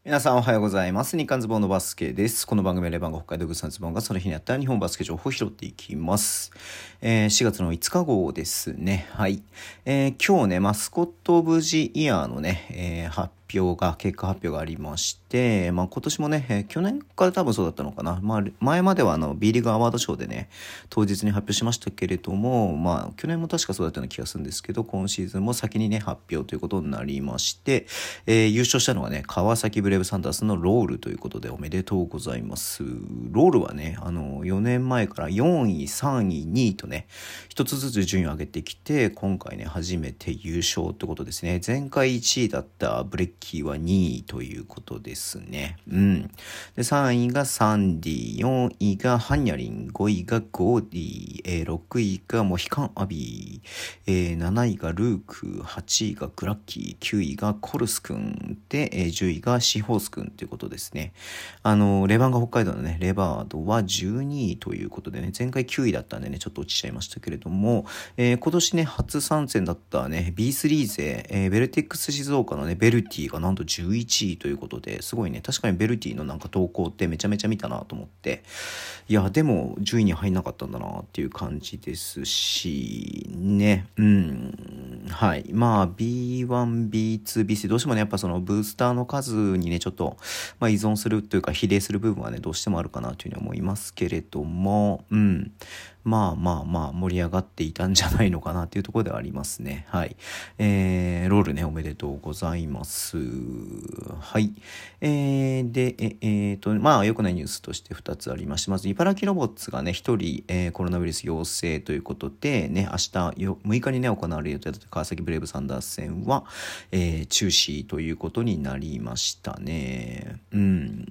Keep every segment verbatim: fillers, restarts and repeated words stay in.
皆さんおはようございます。日刊ズボンのバスケです。この番組はレバンが北海道グサンズボンがその日にあった日本バスケ情報を拾っていきます。えー、しがつのいつか号ですね。はい。えー、今日ね、マスコットオブジイヤーのね、えー、発表が、結果発表がありまして、まあ今年もね、えー、去年から多分そうだったのかな。まあ前まではあの B リーグアワードショーでね、当日に発表しましたけれども、まあ去年も確かそうだったような気がするんですけど、今シーズンも先にね、発表ということになりまして、えー、優勝したのはね、川崎ブレイブサンダースのロールということでおめでとうございます。ロールはね、あの、よねんまえからよんい、さんい、にいとね、一つずつ順位を上げてきて、今回ね、初めて優勝ってことですね。前回いちいだったブレッキーはにいということですね。うん。で、さんいがサンディ、よんいがハンニャリン、ごいがゴーディ、えー、ろくいがモヒカンアビー、えー、なないがルーク、はちいがグラッキー、きゅういがコルス君で、えー、じゅういがシホース君ということですね。あの、レバンガ北海道のね、レバードはじゅうにいということでね、前回きゅういだったんでね、ちょっと落ちちゃいましたけれども、えー、今年ね、初参戦だったね、ビースリー 勢、えー、ベルテックス静岡のね、ベルティがなんとじゅういちいということで、すごいね、確かにベルティのなんか投稿ってめちゃめちゃ見たなと思って、いや、でもじゅういに入んなかったんだなっていう感じですし、ね、うん、はい。まあ、ビーワン、ビーツー、ビースリー、どうしてもね、やっぱそのブースターの数にね、ちょっと、まあ、依存するというか、比例する部分はね、どうしてもあるかなというふうに思いますけれども、うん。まあまあまあ、盛り上がっていたんじゃないのかなっていうところではありますね。はい。えー、ロールね、おめでとうございます。はい。えー、で、え、えーと、まあ、良くないニュースとしてふたつありまして、まず、茨城ロボッツがね、ひとり、えー、コロナウイルス陽性ということで、ね、明日、むいかにね、行われる予定だった川崎ブレイブサンダース戦は、えー、中止ということになりましたね。うん。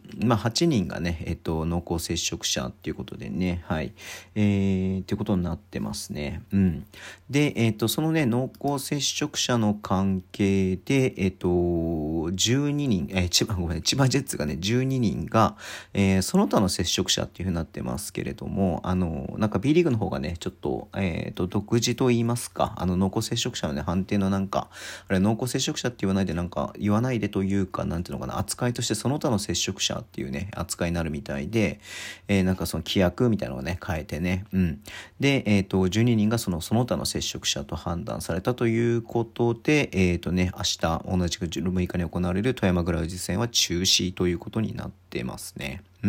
まあ、はちにんがね、えっと、濃厚接触者っていうことでね、はい。えー、っていうことになってますね。うん。で、えっと、そのね、濃厚接触者の関係で、えっと、じゅうににん、えー、千葉、ごめん、千葉ジェッツがね、じゅうににんが、えー、その他の接触者っていうふうになってますけれども、あの、なんか B リーグの方がね、ちょっと、えっと、独自と言いますか、あの、濃厚接触者のね、判定のなんか、あれ、濃厚接触者って言わないで、なんか、言わないでというか、なんていうのかな、扱いとしてその他の接触者っていうね、扱いになるみたいで、えー、なんかその規約みたいなのをね、変えてね、うん。で、えっと、じゅうににんがその、その他の接触者と判断されたということで、えっとね、明日、同じくむいかに行われる富山グラウジ戦は中止ということになってますね。うん。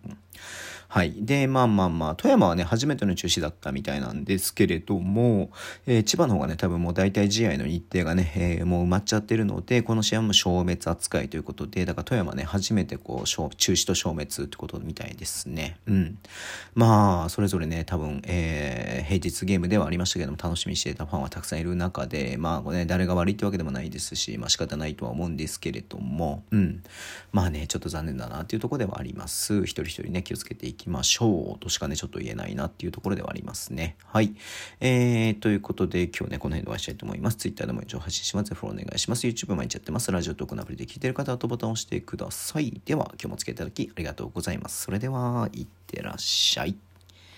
はい。で、まあまあまあ、富山はね、初めての中止だったみたいなんですけれども、えー、千葉の方がね、多分もう大体試合の日程がね、えー、もう埋まっちゃってるので、この試合も消滅扱いということで、だから富山ね、初めてこう、中止と消滅ってことみたいですね。うん。まあ、それぞれね、多分、えー、平日ゲームではありましたけども、楽しみにしていたファンはたくさんいる中で、まあね、誰が悪いってわけでもないですし、まあ仕方ないとは思うんですけれども、うん。まあね、ちょっと残念だなっていうところではあります。一人一人ね、気をつけていきましょうとしかね、ちょっと言えないなっていうところではありますね。はい。えー、ということで、今日ね、この辺でお会いしたいと思います。Twitter でも一応発信します。フォローお願いします。YouTube 毎日やってます。ラジオトークのアプリで聞いてる方はボタンを押してください。では、今日もお付き合いいただきありがとうございます。それでは、いってらっしゃい。